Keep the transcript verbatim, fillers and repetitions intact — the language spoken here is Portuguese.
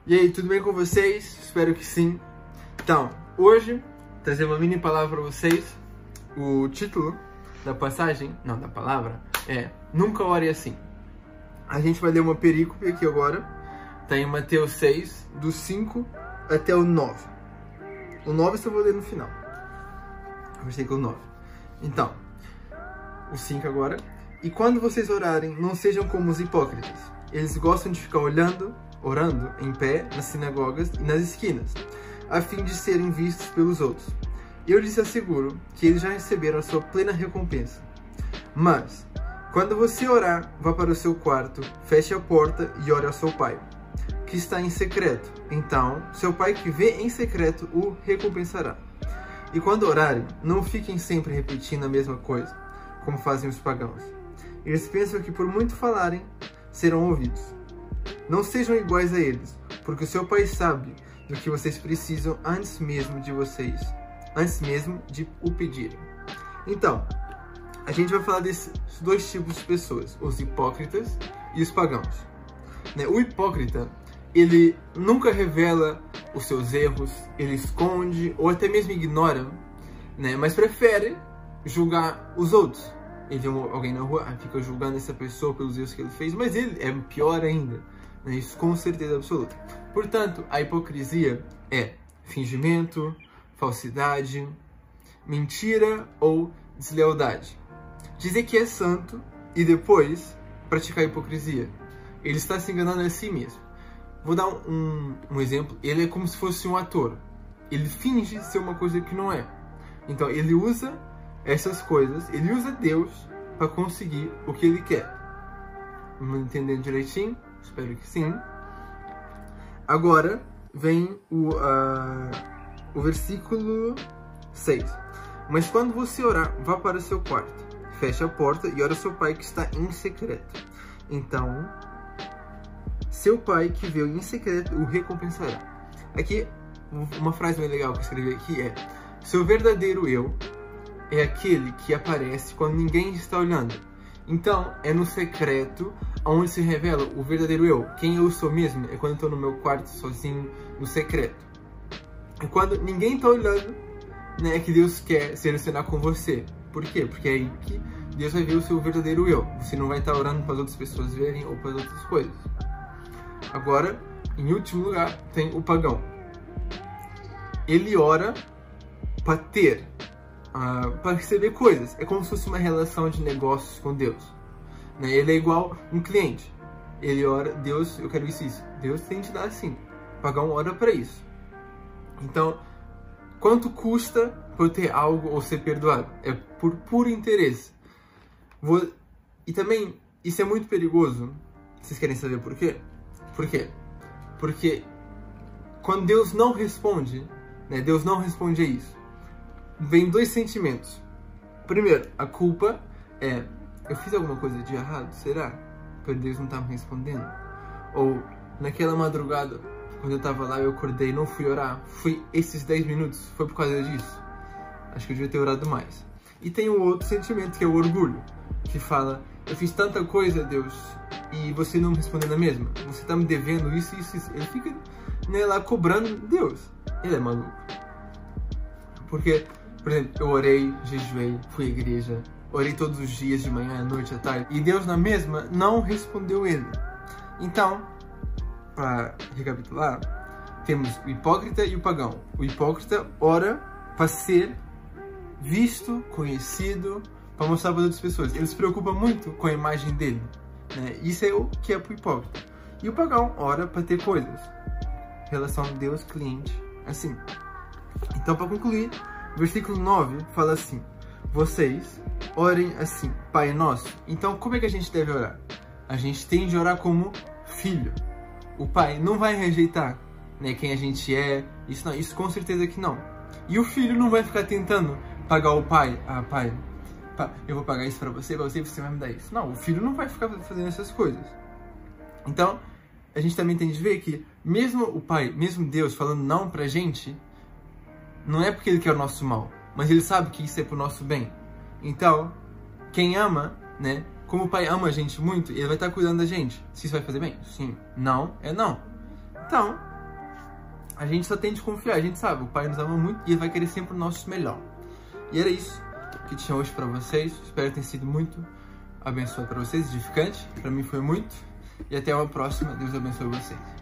E aí, tudo bem com vocês? Espero que sim. Então, hoje, trazer uma mini palavra para vocês. O título da passagem, não, da palavra, é Nunca Ore Assim. A gente vai ler uma perícope aqui agora. Está em Mateus seis, do cinco até o nove. O nove eu só vou ler no final. Versículo nove. Então, o cinco agora. E quando vocês orarem, não sejam como os hipócritas. Eles gostam de ficar olhando, orando em pé nas sinagogas e nas esquinas, a fim de serem vistos pelos outros. Eu lhes asseguro que eles já receberam a sua plena recompensa. Mas, quando você orar, vá para o seu quarto, feche a porta e ore ao seu pai, que está em secreto. Então, seu pai que vê em secreto o recompensará. E quando orarem, não fiquem sempre repetindo a mesma coisa, como fazem os pagãos. Eles pensam que por muito falarem, serão ouvidos. Não sejam iguais a eles, porque o seu pai sabe do que vocês precisam antes mesmo de vocês, antes mesmo de o pedirem. Então, a gente vai falar desses dois tipos de pessoas, os hipócritas e os pagãos. O hipócrita, ele nunca revela os seus erros, ele esconde ou até mesmo ignora, né? Mas prefere julgar os outros. Ele vê alguém na rua, fica julgando essa pessoa pelos erros que ele fez, mas ele é pior ainda, né? Isso com certeza absoluta. Portanto, a hipocrisia é fingimento, falsidade, mentira ou deslealdade. Dizer que é santo e depois praticar a hipocrisia. Ele está se enganando a si mesmo. Vou dar um, um exemplo. Ele é como se fosse um ator. Ele finge ser uma coisa que não é. Então, ele usa essas coisas, ele usa Deus para conseguir o que ele quer. Vamos entendendo direitinho? Espero que sim. Agora vem o, uh, o versículo seis. Mas quando você orar, vá para o seu quarto, feche a porta e ore ao seu pai que está em secreto. Então, seu pai que veio em secreto o recompensará. Aqui, uma frase bem legal que eu escrevi aqui é: seu verdadeiro eu é aquele que aparece quando ninguém está olhando. Então, é no secreto onde se revela o verdadeiro eu. Quem eu sou mesmo é quando eu estou no meu quarto sozinho, no secreto. É quando ninguém está olhando, né, é que Deus quer se relacionar com você. Por quê? Porque é aí que Deus vai ver o seu verdadeiro eu. Você não vai estar orando para as outras pessoas verem ou para as outras coisas. Agora, em último lugar, tem o pagão. Ele ora para ter, Uh, para receber coisas. É como se fosse uma relação de negócios com Deus, né? Ele é igual um cliente. Ele ora, Deus, eu quero isso isso. Deus tem que te dar assim. O pagão ora para isso. Então, quanto custa por ter algo ou ser perdoado? É por puro interesse. Vou... E também, isso é muito perigoso. Vocês querem saber por quê? Por quê? Porque quando Deus não responde, né? Deus não responde a isso. Vem dois sentimentos. Primeiro, a culpa é: eu fiz alguma coisa de errado? Será? Porque Deus não está me respondendo? Ou, naquela madrugada, quando eu estava lá, eu acordei, não fui orar, fui esses dez minutos, foi por causa disso? Acho que eu devia ter orado mais. E tem o outro sentimento, que é o orgulho, que fala: eu fiz tanta coisa, Deus, e você não me respondeu na mesma? Você está me devendo isso, isso, isso. Ele fica, né, lá cobrando Deus. Ele é maluco. Porque, por exemplo, eu orei, jejuei, fui à igreja, orei todos os dias, de manhã, à noite, à tarde, e Deus na mesma não respondeu ele. Então, para recapitular, temos o hipócrita e o pagão. O hipócrita ora para ser visto, conhecido, para mostrar para outras pessoas. Ele se preocupa muito com a imagem dele, né? Isso é o que é para o hipócrita. E o pagão ora para ter coisas. Relação Deus-cliente, assim. Então, para concluir, o versículo nove fala assim: vocês orem assim, Pai Nosso. Então, como é que a gente deve orar? A gente tem de orar como filho. O Pai não vai rejeitar, né, quem a gente é. Isso, não, isso com certeza que não. E o filho não vai ficar tentando pagar o pai. Ah, pai, eu vou pagar isso para você, para você, você vai me dar isso. Não, o filho não vai ficar fazendo essas coisas. Então, a gente também tem de ver que mesmo o Pai, mesmo Deus falando não pra gente, não é porque Ele quer o nosso mal, mas Ele sabe que isso é pro nosso bem. Então, quem ama, né, como o Pai ama a gente muito, Ele vai estar cuidando da gente. Se isso vai fazer bem? Sim. Não, é não. Então, a gente só tem de confiar, a gente sabe, o Pai nos ama muito e Ele vai querer sempre o nosso melhor. E era isso que tinha hoje pra vocês, espero que tenha sido muito abençoado pra vocês, edificante, pra mim foi muito, e até uma próxima, Deus abençoe vocês.